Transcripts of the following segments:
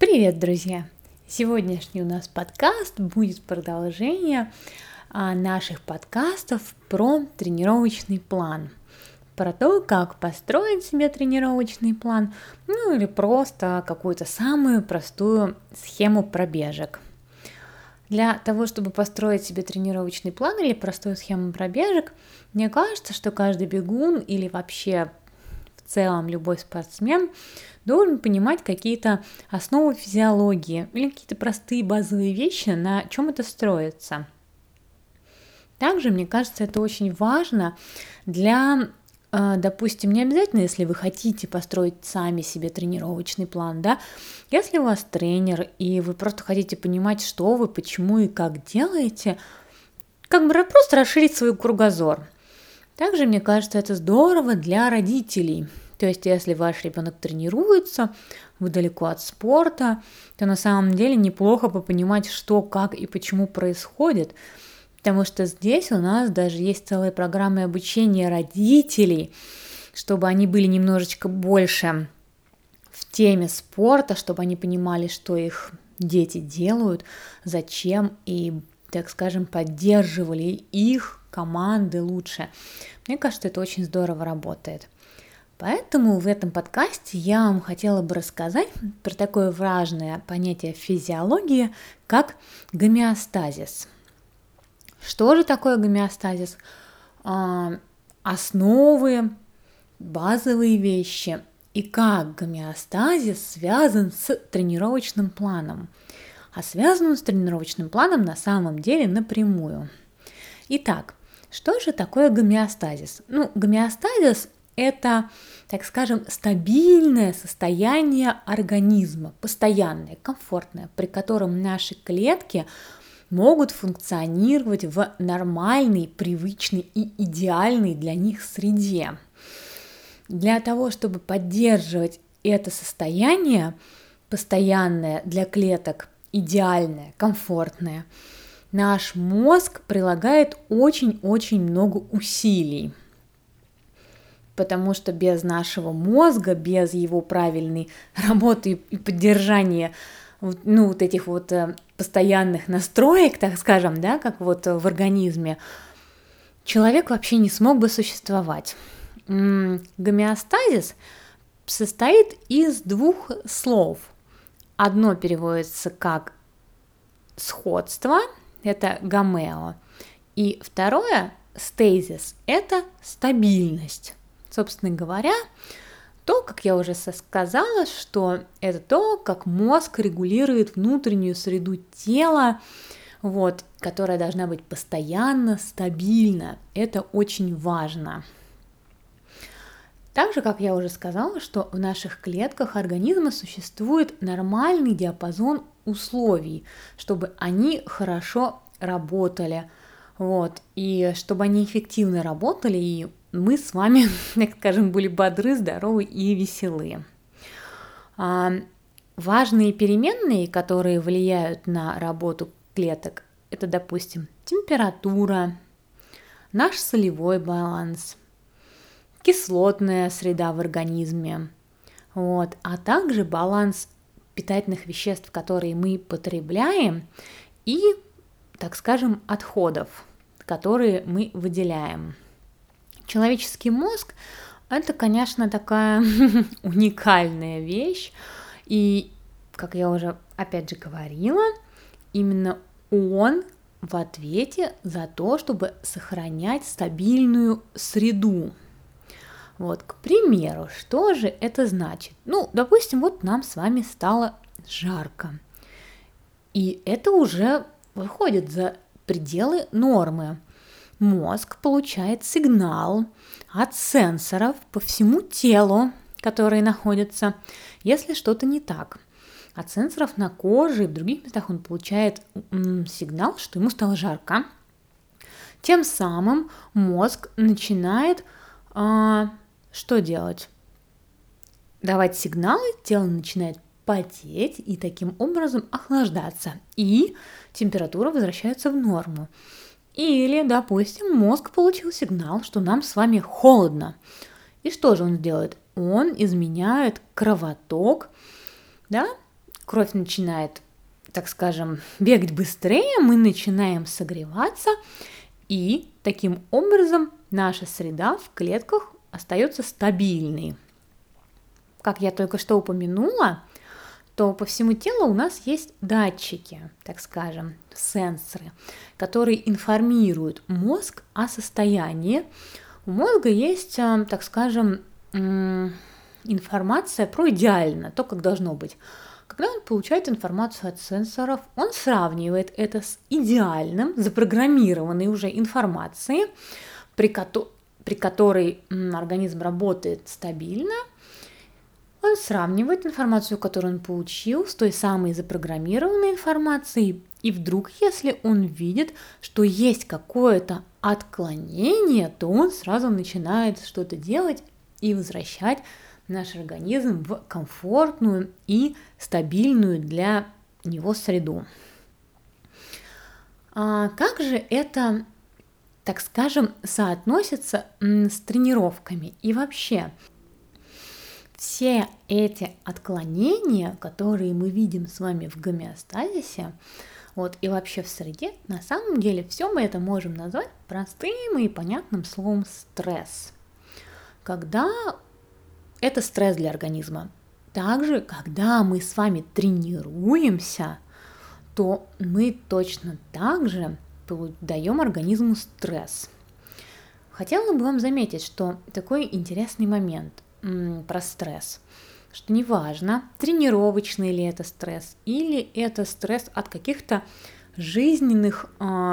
Привет, друзья! Сегодняшний у нас подкаст будет продолжение наших подкастов про тренировочный план. Про то, как построить себе тренировочный план, или просто какую-то самую простую схему пробежек. Для того, чтобы построить себе тренировочный план или простую схему пробежек, мне кажется, что каждый бегун или вообще в целом любой спортсмен должен понимать какие-то основы физиологии или какие-то простые базовые вещи, на чем это строится. Также, мне кажется, это очень важно для, допустим, не обязательно, если вы хотите построить сами себе тренировочный план, да, если у вас тренер и вы просто хотите понимать, что вы, почему и как делаете, просто расширить свой кругозор. Также, мне кажется, это здорово для родителей. То есть, если ваш ребенок тренируется, вы далеко от спорта, то на самом деле неплохо понимать, что, как и почему происходит. Потому что здесь у нас даже есть целые программы обучения родителей, чтобы они были немножечко больше в теме спорта, чтобы они понимали, что их дети делают, зачем, и, так скажем, поддерживали их команды лучше. Мне кажется, это очень здорово работает. Поэтому в этом подкасте я вам хотела бы рассказать про такое важное понятие физиологии, как гомеостазис. Что же такое гомеостазис? Основы, базовые вещи и как гомеостазис связан с тренировочным планом. А связан он с тренировочным планом на самом деле напрямую. Итак, что же такое гомеостазис? Гомеостазис – это, так скажем, стабильное состояние организма, постоянное, комфортное, при котором наши клетки могут функционировать в нормальной, привычной и идеальной для них среде. Для того, чтобы поддерживать это состояние, постоянное для клеток, идеальное, комфортное, наш мозг прилагает очень-очень много усилий, потому что без нашего мозга, без его правильной работы и поддержания этих постоянных настроек, так скажем, да, как в организме, человек вообще не смог бы существовать. Гомеостазис состоит из двух слов. Одно переводится как сходство, это гомео, и второе, стезис, это стабильность. Собственно говоря, то, как я уже сказала, что это то, как мозг регулирует внутреннюю среду тела, которая должна быть постоянно стабильна. Это очень важно. Также, как я уже сказала, что в наших клетках организма существует нормальный диапазон условий, чтобы они хорошо работали, и чтобы они эффективно работали, и мы с вами, так скажем, были бодры, здоровы и веселы. Важные переменные, которые влияют на работу клеток, это, допустим, температура, наш солевой баланс, кислотная среда в организме, а также баланс питательных веществ, которые мы потребляем, и, так скажем, отходов, которые мы выделяем. Человеческий мозг – это, конечно, такая уникальная вещь, и, как я уже опять же говорила, именно он в ответе за то, чтобы сохранять стабильную среду. К примеру, что же это значит? Допустим, нам с вами стало жарко, и это уже выходит за пределы нормы. Мозг получает сигнал от сенсоров по всему телу, которые находятся, если что-то не так. От сенсоров на коже и в других местах он получает сигнал, что ему стало жарко. Тем самым мозг начинает что делать? Давать сигналы, тело начинает потеть и таким образом охлаждаться, и температура возвращается в норму. Или, допустим, мозг получил сигнал, что нам с вами холодно. И что же он делает? Он изменяет кровоток, кровь начинает, так скажем, бегать быстрее, мы начинаем согреваться, и таким образом наша среда в клетках остается стабильной. Как я только что упомянула, то по всему телу у нас есть датчики, так скажем, сенсоры, которые информируют мозг о состоянии. У мозга есть, так скажем, информация про идеально, то, как должно быть. Когда он получает информацию от сенсоров, он сравнивает это с идеальным, запрограммированной уже информацией, при которой организм работает стабильно. Он сравнивает информацию, которую он получил, с той самой запрограммированной информацией, и вдруг, если он видит, что есть какое-то отклонение, то он сразу начинает что-то делать и возвращать наш организм в комфортную и стабильную для него среду. Как же это, так скажем, соотносится с тренировками? И вообще, все эти отклонения, которые мы видим с вами в гомеостазисе, и вообще в среде, на самом деле все мы это можем назвать простым и понятным словом стресс. Когда это стресс для организма. Также, когда мы с вами тренируемся, то мы точно так же даем организму стресс. Хотела бы вам заметить, что такой интересный момент про стресс, что неважно, тренировочный ли это стресс или это стресс от каких-то жизненных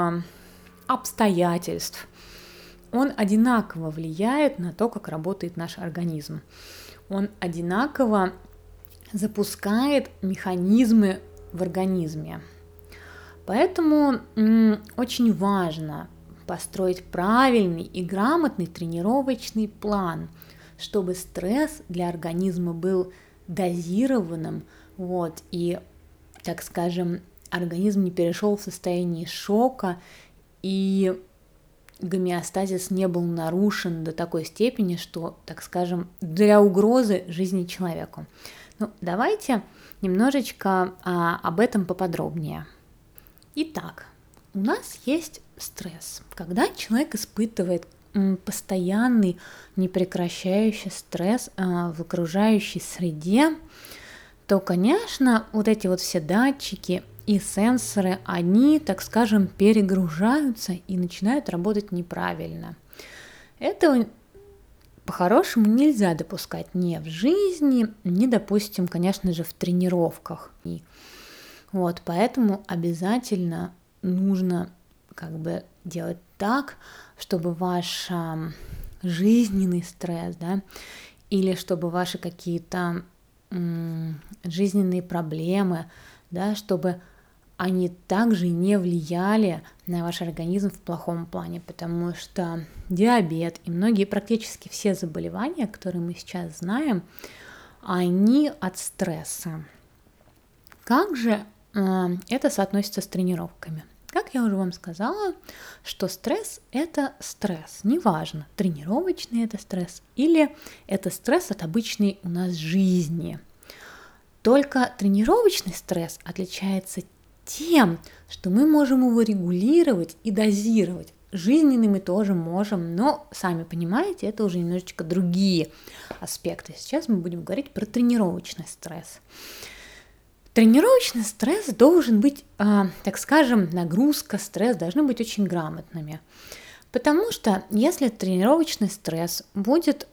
обстоятельств, он одинаково влияет на то, как работает наш организм. Он одинаково запускает механизмы в организме. Поэтому очень важно построить правильный и грамотный тренировочный план, чтобы стресс для организма был дозированным, и, так скажем, организм не перешел в состояние шока, и гомеостазис не был нарушен до такой степени, что, так скажем, для угрозы жизни человеку. Давайте немножечко об этом поподробнее. Итак, у нас есть стресс. Когда человек испытывает постоянный, непрекращающий стресс в окружающей среде, то, конечно, эти все датчики и сенсоры, они, так скажем, перегружаются и начинают работать неправильно. Этого по-хорошему нельзя допускать ни в жизни, ни, допустим, конечно же, в тренировках. Поэтому обязательно нужно делать так, чтобы ваш жизненный стресс, или чтобы ваши какие-то жизненные проблемы, чтобы они также не влияли на ваш организм в плохом плане, потому что диабет и многие, практически все заболевания, которые мы сейчас знаем, они от стресса. Как же это соотносится с тренировками? Как я уже вам сказала, что стресс – это стресс, неважно, тренировочный это стресс или это стресс от обычной у нас жизни. Только тренировочный стресс отличается тем, что мы можем его регулировать и дозировать. Жизненный мы тоже можем, но, сами понимаете, это уже немножечко другие аспекты. Сейчас мы будем говорить про тренировочный стресс. Тренировочный стресс должен быть, так скажем, нагрузка, стресс должны быть очень грамотными. Потому что если тренировочный стресс будет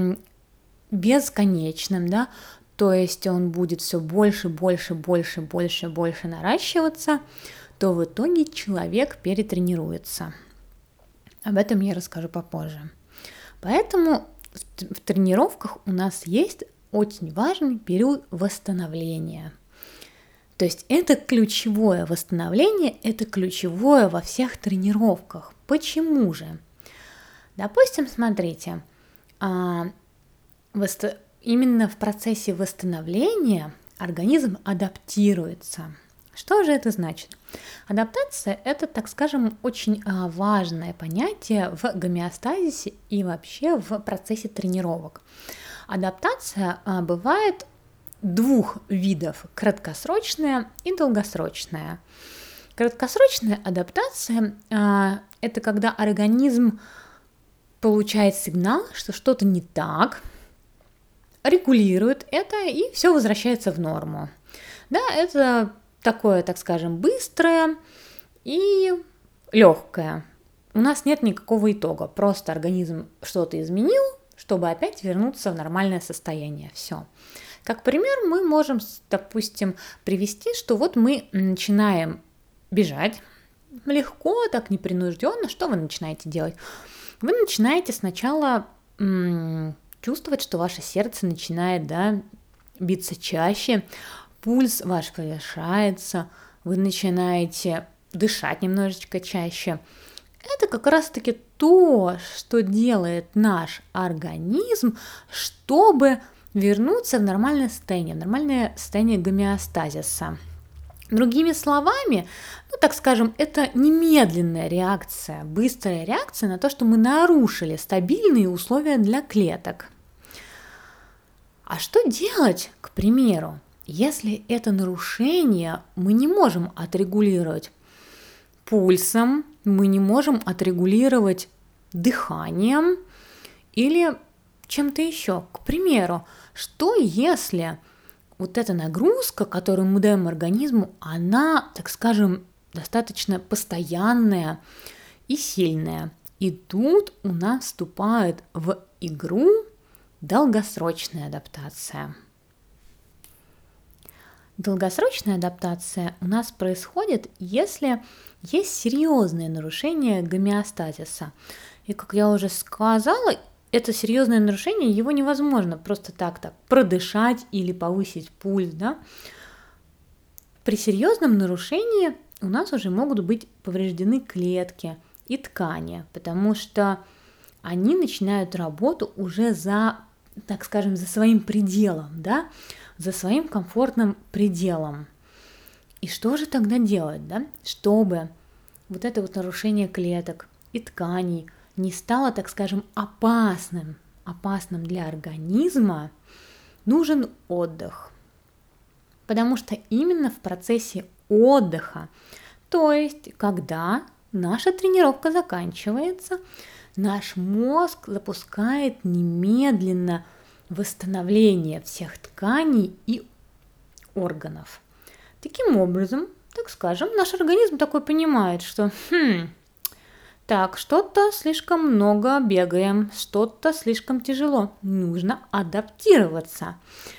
бесконечным, то есть он будет все больше наращиваться, то в итоге человек перетренируется. Об этом я расскажу попозже. Поэтому в тренировках у нас есть очень важный период восстановления. То есть это ключевое восстановление, это ключевое во всех тренировках. Почему же? Допустим, смотрите, именно в процессе восстановления организм адаптируется. Что же это значит? Адаптация – это, так скажем, очень важное понятие в гомеостазисе и вообще в процессе тренировок. Адаптация бывает двух видов: краткосрочная и долгосрочная. Краткосрочная адаптация – это когда организм получает сигнал, что что-то не так, регулирует это, и все возвращается в норму. Да, это такое, так скажем, быстрое и легкое. У нас нет никакого итога, просто организм что-то изменил, чтобы опять вернуться в нормальное состояние. Все. Как пример мы можем, допустим, привести, что вот мы начинаем бежать легко, так непринужденно. Что вы начинаете делать? Вы начинаете сначала чувствовать, что ваше сердце начинает, биться чаще, пульс ваш повышается, вы начинаете дышать немножечко чаще. Это как раз-таки то, что делает наш организм, чтобы вернуться в нормальное состояние гомеостазиса. Другими словами, так скажем, это немедленная реакция, быстрая реакция на то, что мы нарушили стабильные условия для клеток. А что делать, к примеру, если это нарушение мы не можем отрегулировать пульсом, мы не можем отрегулировать дыханием или чем-то еще? К примеру, что если вот эта нагрузка, которую мы даем организму, она, так скажем, достаточно постоянная и сильная. И тут у нас вступает в игру долгосрочная адаптация. Долгосрочная адаптация у нас происходит, если есть серьезные нарушения гомеостазиса. И, как я уже сказала, это серьезное нарушение, его невозможно просто так продышать или повысить пульс. При серьезном нарушении у нас уже могут быть повреждены клетки и ткани, потому что они начинают работу уже за, так скажем, за своим пределом, за своим комфортным пределом. И что же тогда делать, чтобы вот это вот нарушение клеток и тканей не стало, так скажем, опасным для организма? Нужен отдых. Потому что именно в процессе отдыха, то есть когда наша тренировка заканчивается, наш мозг запускает немедленно восстановление всех тканей и органов. Таким образом, так скажем, наш организм такой понимает, что что-то слишком много бегаем, что-то слишком тяжело, нужно адаптироваться.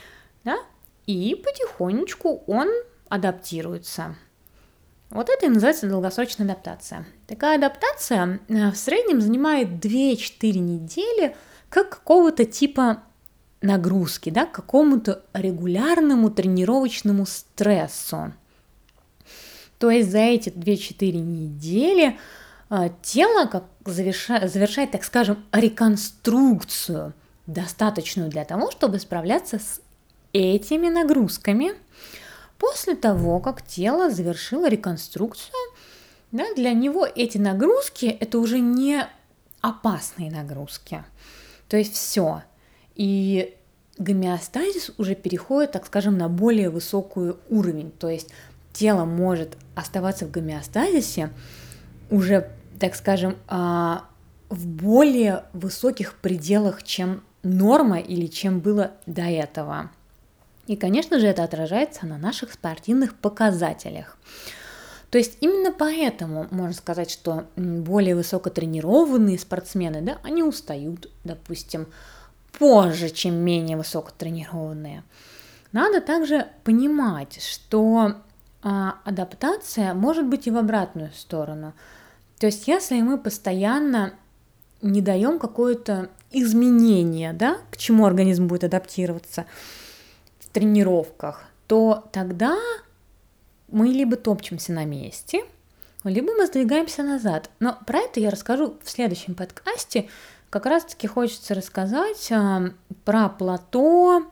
И потихонечку он адаптируется. Вот это и называется долгосрочная адаптация. Такая адаптация в среднем занимает 2-4 недели как какого-то типа нагрузки, к какому-то регулярному тренировочному стрессу. То есть за эти 2-4 недели тело завершает, так скажем, реконструкцию, достаточную для того, чтобы справляться с этими нагрузками. После того, как тело завершило реконструкцию, для него эти нагрузки – это уже не опасные нагрузки. То есть все. И гомеостазис уже переходит, так скажем, на более высокий уровень. То есть тело может оставаться в гомеостазисе уже, так скажем, в более высоких пределах, чем норма или чем было до этого. И, конечно же, это отражается на наших спортивных показателях. То есть именно поэтому можно сказать, что более высокотренированные спортсмены, они устают, допустим, позже, чем менее высокотренированные. Надо также понимать, что адаптация может быть и в обратную сторону. То есть если мы постоянно не даем какое-то изменение, к чему организм будет адаптироваться в тренировках, то тогда мы либо топчемся на месте, либо мы сдвигаемся назад. Но про это я расскажу в следующем подкасте. Как раз-таки хочется рассказать про плато,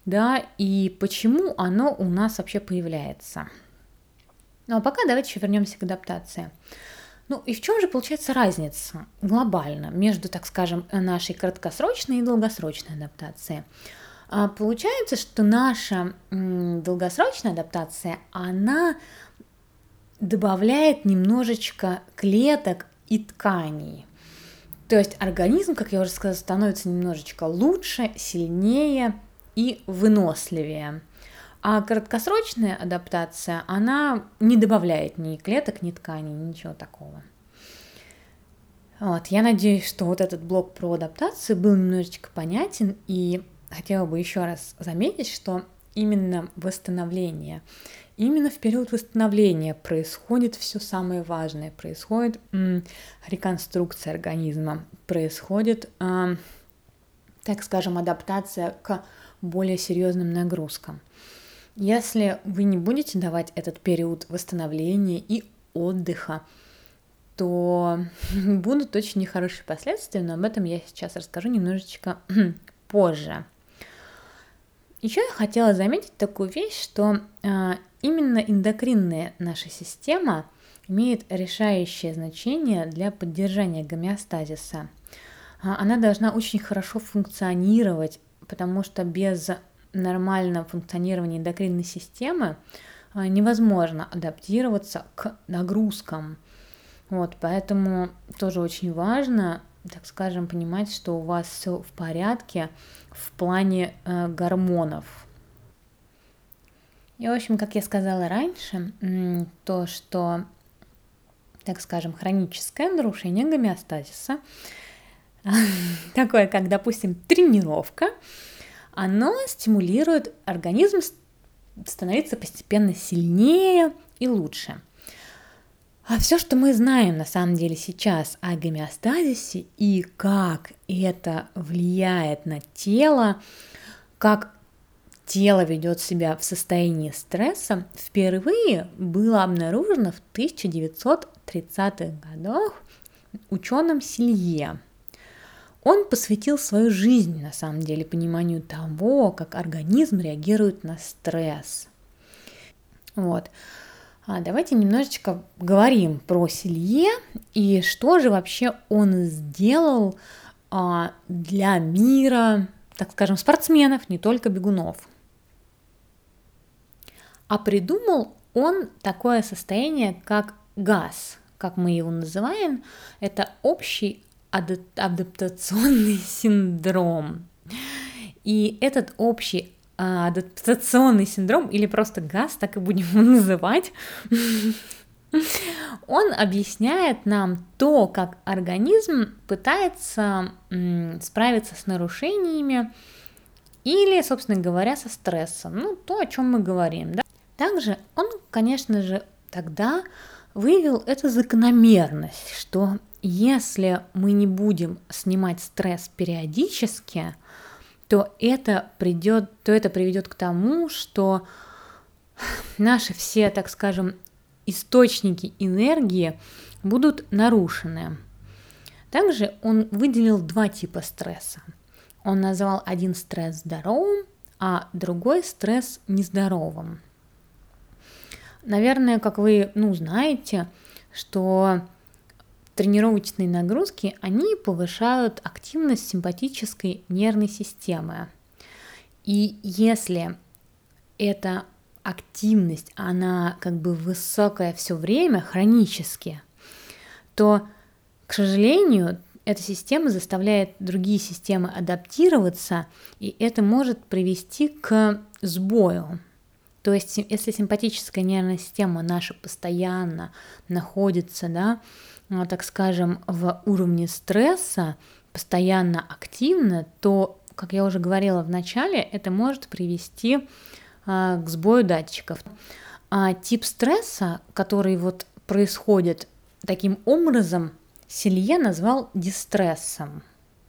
и почему оно у нас вообще появляется. Ну а пока давайте еще вернемся к адаптации. И в чем же получается разница глобально между, так скажем, нашей краткосрочной и долгосрочной адаптацией? Получается, что наша долгосрочная адаптация, она добавляет немножечко клеток и тканей. То есть организм, как я уже сказала, становится немножечко лучше, сильнее и выносливее. А краткосрочная адаптация, она не добавляет ни клеток, ни тканей, ничего такого. Вот, я надеюсь, что вот этот блок про адаптацию был немножечко понятен, и хотела бы еще раз заметить, что именно восстановление, именно в период восстановления происходит все самое важное, происходит реконструкция организма, происходит, так скажем, адаптация к более серьезным нагрузкам. Если вы не будете давать этот период восстановления и отдыха, то будут очень нехорошие последствия, но об этом я сейчас расскажу немножечко позже. Еще я хотела заметить такую вещь, что именно эндокринная наша система имеет решающее значение для поддержания гомеостазиса. Она должна очень хорошо функционировать, потому что без нормального функционирования эндокринной системы невозможно адаптироваться к нагрузкам. Вот, поэтому тоже очень важно, так скажем, понимать, что у вас все в порядке в плане гормонов. И, в общем, как я сказала раньше, то, что, так скажем, хроническое нарушение гомеостазиса, такое, как, допустим, тренировка, оно стимулирует организм становиться постепенно сильнее и лучше. А все, что мы знаем на самом деле сейчас о гомеостазисе и как это влияет на тело, как тело ведет себя в состоянии стресса, впервые было обнаружено в 1930-х годах ученым Силье. Он посвятил свою жизнь, на самом деле, пониманию того, как организм реагирует на стресс. Вот. Давайте немножечко говорим про Силье и что же вообще он сделал для мира, так скажем, спортсменов, не только бегунов. А придумал он такое состояние, как ГАС, как мы его называем, это общий адаптационный синдром. И этот общий адаптационный синдром, или просто ГАС, так и будем его называть, он объясняет нам то, как организм пытается справиться с нарушениями или, собственно говоря, со стрессом. Ну, то, о чем мы говорим. Да? Также он, конечно же, тогда выявил эту закономерность, что если мы не будем снимать стресс периодически, то это приведет к тому, что наши все, так скажем, источники энергии будут нарушены. Также он выделил два типа стресса. Он назвал один стресс здоровым, а другой стресс нездоровым. Наверное, как вы знаете, что тренировочные нагрузки, они повышают активность симпатической нервной системы. И если эта активность, она как бы высокая все время, хронически, то, к сожалению, эта система заставляет другие системы адаптироваться, и это может привести к сбою. То есть, если симпатическая нервная система наша постоянно находится, так скажем, в уровне стресса, постоянно активна, то, как я уже говорила в начале, это может привести к сбою датчиков. Тип стресса, который происходит таким образом, Силье назвал дистрессом.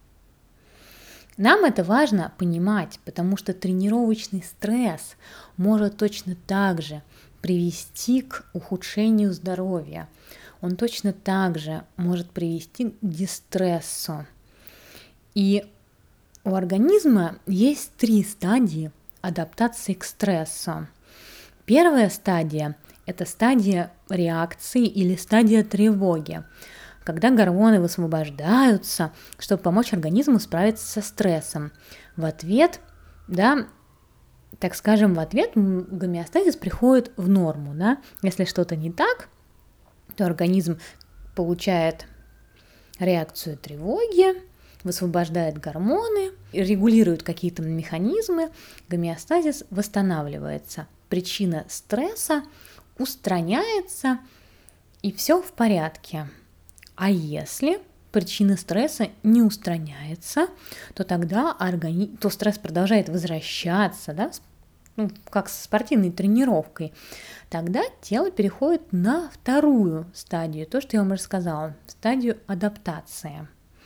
Нам это важно понимать, потому что тренировочный стресс может точно так же привести к ухудшению здоровья. Он точно так же может привести к дистрессу. И у организма есть 3 стадии адаптации к стрессу. Первая стадия – это стадия реакции или стадия тревоги, когда гормоны высвобождаются, чтобы помочь организму справиться со стрессом. В ответ да, так скажем, в ответ гомеостазис приходит в норму, да. Если что-то не так, то организм получает реакцию тревоги, высвобождает гормоны, регулирует какие-то механизмы, гомеостазис восстанавливается, причина стресса устраняется, и все в порядке. А если причина стресса не устраняется, то тогда то стресс продолжает возвращаться, да, как со спортивной тренировкой. Тогда тело переходит на вторую стадию, то, что я вам рассказала, стадию адаптации.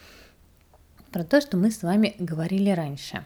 Про то, что мы с вами говорили раньше.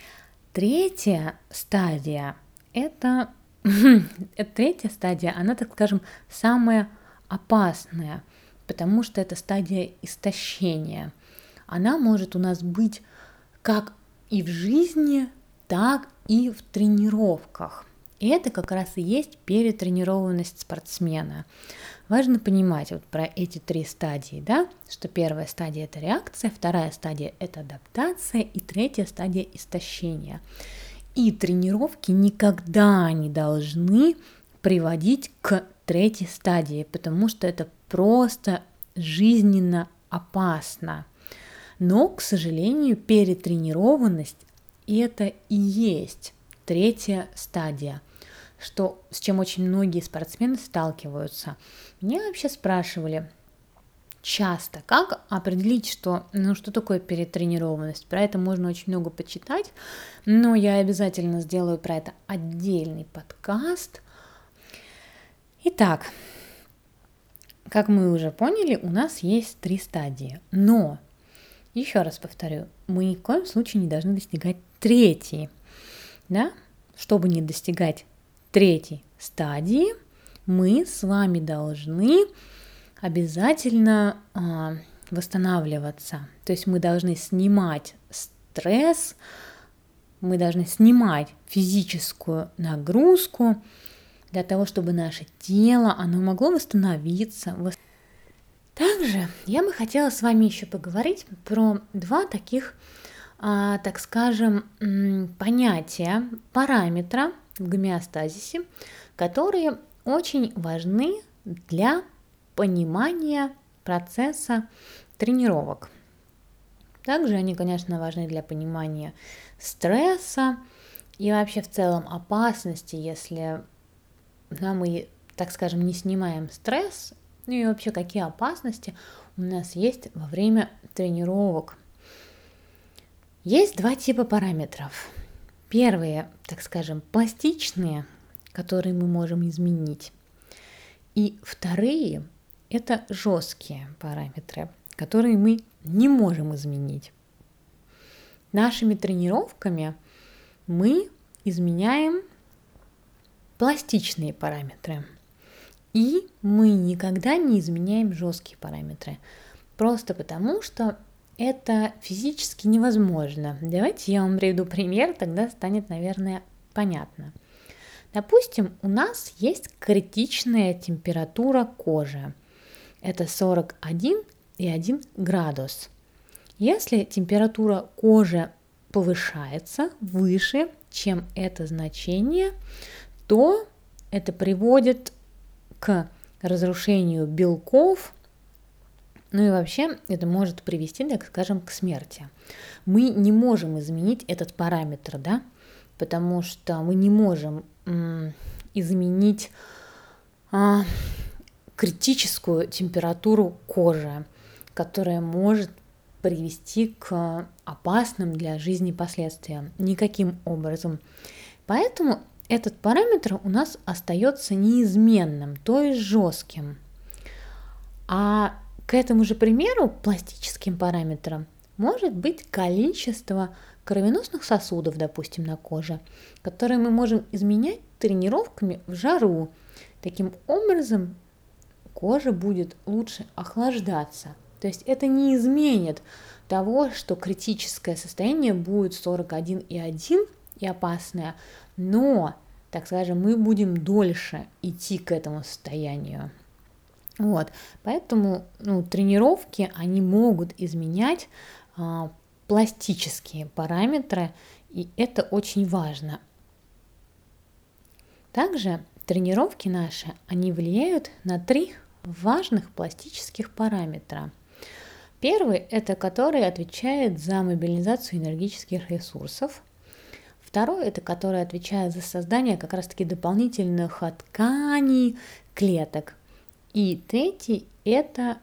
Третья стадия – это третья стадия, она, так скажем, самая опасная, потому что это стадия истощения. Она может у нас быть как и в жизни, так и в тренировках. И это как раз и есть перетренированность спортсмена. Важно понимать вот про эти три стадии, да, что первая стадия – это реакция, вторая стадия – это адаптация, и третья стадия – истощение. И тренировки никогда не должны приводить к третьей стадии, потому что это просто жизненно опасно. Но, к сожалению, перетренированность – это и есть третья стадия, с чем очень многие спортсмены сталкиваются. Меня вообще спрашивали часто, как определить, что такое перетренированность. Про это можно очень много почитать, но я обязательно сделаю про это отдельный подкаст. Итак, как мы уже поняли, у нас есть три стадии, но, еще раз повторю, мы ни в коем случае не должны достигать третьей, да? Чтобы не достигать третьей стадии, мы с вами должны обязательно восстанавливаться. То есть мы должны снимать стресс, мы должны снимать физическую нагрузку для того, чтобы наше тело, оно могло восстановиться. Также я бы хотела с вами еще поговорить про два таких, так скажем, понятия, параметра в гомеостазисе, которые очень важны для понимания процесса тренировок. Также они, конечно, важны для понимания стресса и вообще в целом опасности, если мы, так скажем, не снимаем стресс, ну и вообще какие опасности у нас есть во время тренировок. Есть два типа параметров. Первые, так скажем, пластичные, которые мы можем изменить. И вторые – это жесткие параметры, которые мы не можем изменить. Нашими тренировками мы изменяем пластичные параметры. И мы никогда не изменяем жесткие параметры. Просто потому, что это физически невозможно. Давайте я вам приведу пример, тогда станет, наверное, понятно. Допустим, у нас есть критичная температура кожи. Это 41,1 градус. Если температура кожи повышается выше, чем это значение, то это приводит к разрушению белков, ну и вообще это может привести, так скажем, к смерти. Мы не можем изменить этот параметр, да, потому что мы не можем изменить критическую температуру кожи, которая может привести к опасным для жизни последствиям никаким образом. Поэтому этот параметр у нас остается неизменным, то есть жестким. А к этому же примеру, пластическим параметром, может быть количество кровеносных сосудов, допустим, на коже, которые мы можем изменять тренировками в жару. Таким образом, кожа будет лучше охлаждаться. То есть это не изменит того, что критическое состояние будет 41,1 и опасное, но, так скажем, мы будем дольше идти к этому состоянию. Вот, поэтому тренировки, они могут изменять пластические параметры, И это очень важно. Также тренировки наши, они влияют на 3 важных пластических параметра. Первый – это который отвечает за мобилизацию энергетических ресурсов. Второй – это который отвечает за создание как раз-таки дополнительных тканей, клеток. И третий – это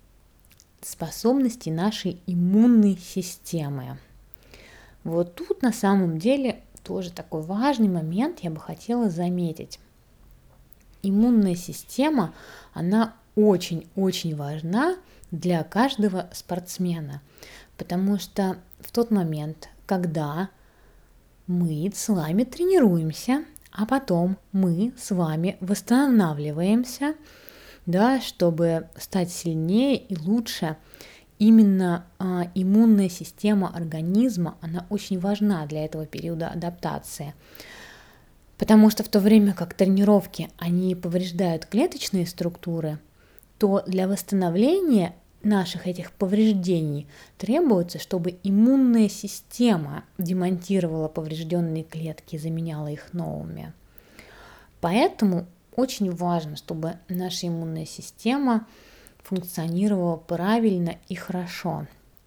способности нашей иммунной системы. Вот тут на самом деле тоже такой важный момент я бы хотела заметить. Иммунная система, она очень-очень важна для каждого спортсмена, потому что в тот момент, когда мы с вами тренируемся, а потом мы с вами восстанавливаемся, да, чтобы стать сильнее и лучше, именно иммунная система организма, она очень важна для этого периода адаптации. Потому что в то время как тренировки, они повреждают клеточные структуры, то для восстановления наших этих повреждений требуется, чтобы иммунная система демонтировала поврежденные клетки и заменяла их новыми. Поэтому очень важно, чтобы наша иммунная система функционировала правильно и хорошо.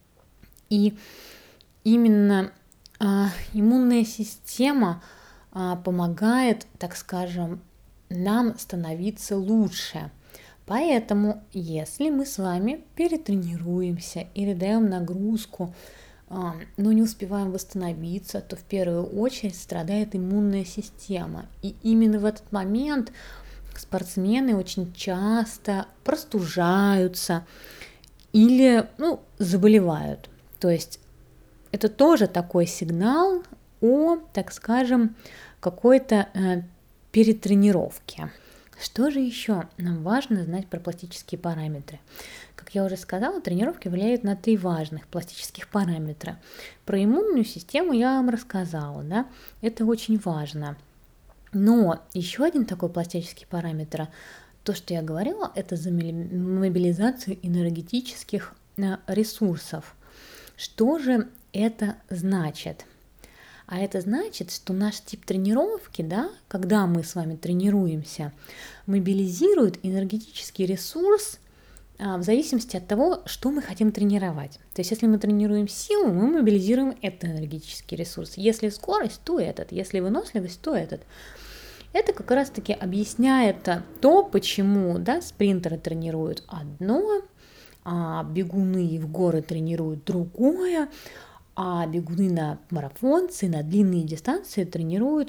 И именно иммунная система помогает, так скажем, нам становиться лучше. Поэтому, если мы с вами перетренируемся или даем нагрузку, но не успеваем восстановиться, то в первую очередь страдает иммунная система. И именно в этот момент спортсмены очень часто простужаются или заболевают. То есть это тоже такой сигнал о, так скажем, какой-то перетренировке. Что же еще нам важно знать про пластические параметры? Как я уже сказала, тренировки влияют на 3 важных пластических параметра. Про иммунную систему я вам рассказала, да? Это очень важно. Но еще один такой пластический параметр, то, что я говорила, это за мобилизацию энергетических ресурсов. Что же это значит? А это значит, что наш тип тренировки, да, когда мы с вами тренируемся, мобилизирует энергетический ресурс в зависимости от того, что мы хотим тренировать. То есть, если мы тренируем силу, мы мобилизируем этот энергетический ресурс. Если скорость, то этот. Если выносливость, то этот. Это как раз-таки объясняет то, почему, да, спринтеры тренируют одно, а бегуны в горы тренируют другое, а бегуны на марафонцы, на длинные дистанции тренируют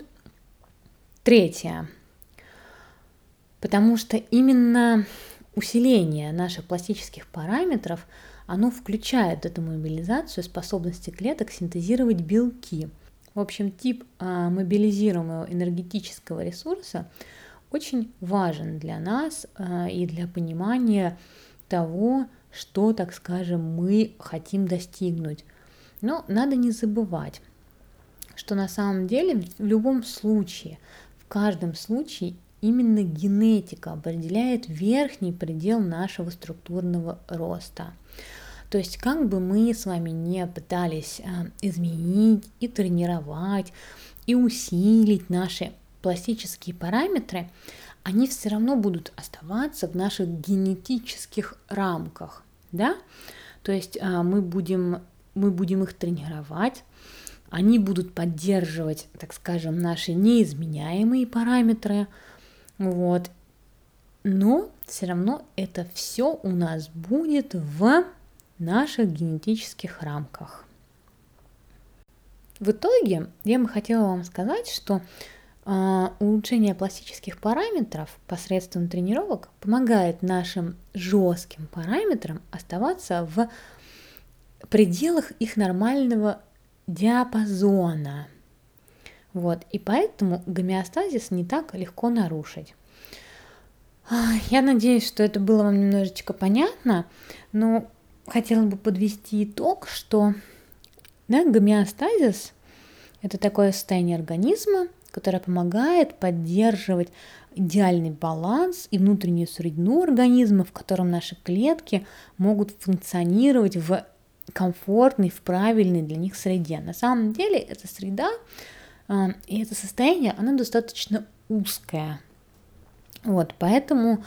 третье. Потому что именно усиление наших пластических параметров, оно включает эту мобилизацию способности клеток синтезировать белки. В общем, тип мобилизируемого энергетического ресурса очень важен для нас и для понимания того, что, так скажем, мы хотим достигнуть. Но надо не забывать, что на самом деле в любом случае, в каждом случае именно генетика определяет верхний предел нашего структурного роста. То есть как бы мы с вами не пытались изменить и тренировать, и усилить наши пластические параметры, они все равно будут оставаться в наших генетических рамках. Да? То есть мы будем их тренировать, они будут поддерживать, так скажем, наши неизменяемые параметры, вот. Но все равно это все у нас будет в наших генетических рамках. В итоге я бы хотела вам сказать, что улучшение пластических параметров посредством тренировок помогает нашим жестким параметрам оставаться в пределах их нормального диапазона. Вот. И поэтому гомеостазис не так легко нарушить. Я надеюсь, что это было вам немножечко понятно, но хотела бы подвести итог, что гомеостазис – это такое состояние организма, которое помогает поддерживать идеальный баланс и внутреннюю среду организма, в котором наши клетки могут функционировать в комфортной, в правильной для них среде. На самом деле эта среда и это состояние, оно достаточно узкое. Вот, поэтому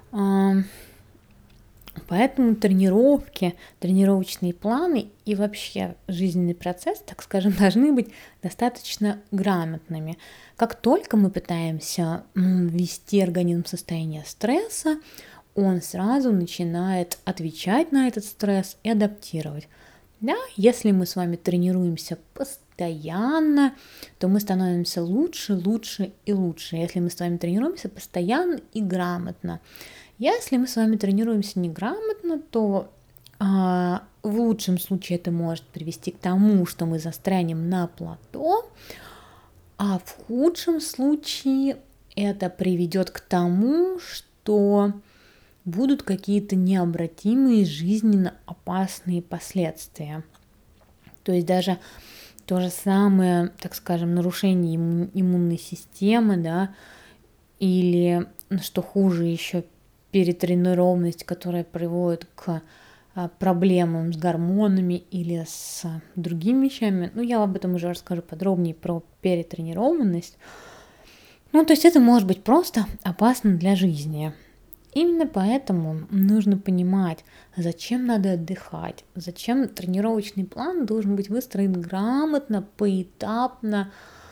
тренировки, тренировочные планы и вообще жизненный процесс, так скажем, должны быть достаточно грамотными. Как только мы пытаемся ввести организм в состояние стресса, он сразу начинает отвечать на этот стресс и адаптировать. Да, если мы с вами тренируемся постоянно, то мы становимся лучше, лучше и лучше. Если мы с вами тренируемся постоянно и грамотно. Если мы с вами тренируемся неграмотно, то в лучшем случае это может привести к тому, что мы застрянем на плато, а в худшем случае это приведет к тому, что будут какие-то необратимые жизненно опасные последствия. То есть даже то же самое, так скажем, нарушение иммунной системы, да, или, что хуже еще, перетренированность, которая приводит к проблемам с гормонами или с другими вещами. Я об этом уже расскажу подробнее про перетренированность. То есть это может быть просто опасно для жизни. Именно поэтому нужно понимать, зачем надо отдыхать, зачем тренировочный план должен быть выстроен грамотно, поэтапно,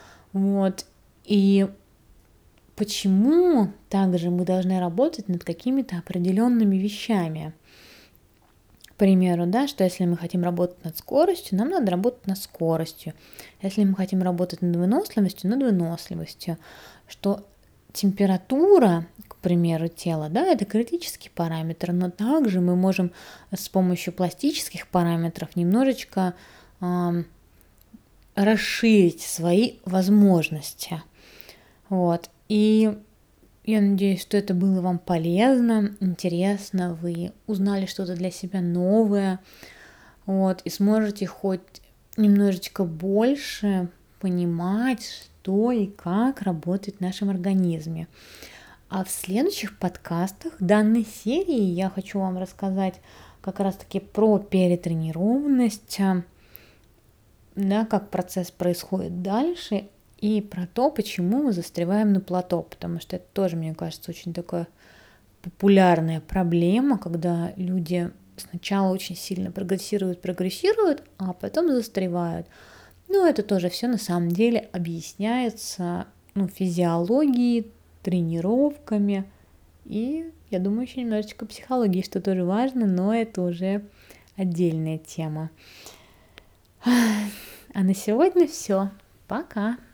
и почему также мы должны работать над какими-то определенными вещами. К примеру, да, что если мы хотим работать над скоростью, нам надо работать над скоростью. Если мы хотим работать над выносливостью, над выносливостью. Что температура, к примеру, тела, да, это критический параметр, но также мы можем с помощью пластических параметров немножечко расширить свои возможности. И я надеюсь, что это было вам полезно, интересно, вы узнали что-то для себя новое, и сможете хоть немножечко больше понимать, что и как работает в нашем организме. А в следующих подкастах данной серии я хочу вам рассказать как раз-таки про перетренированность, да, как процесс происходит дальше, и про то, почему мы застреваем на плато, потому что это тоже, мне кажется, очень такая популярная проблема, когда люди сначала очень сильно прогрессируют, а потом застревают. Это тоже все на самом деле объясняется физиологией, тренировками и, я думаю, еще немножечко психологией, что тоже важно, но это уже отдельная тема. А на сегодня все. Пока!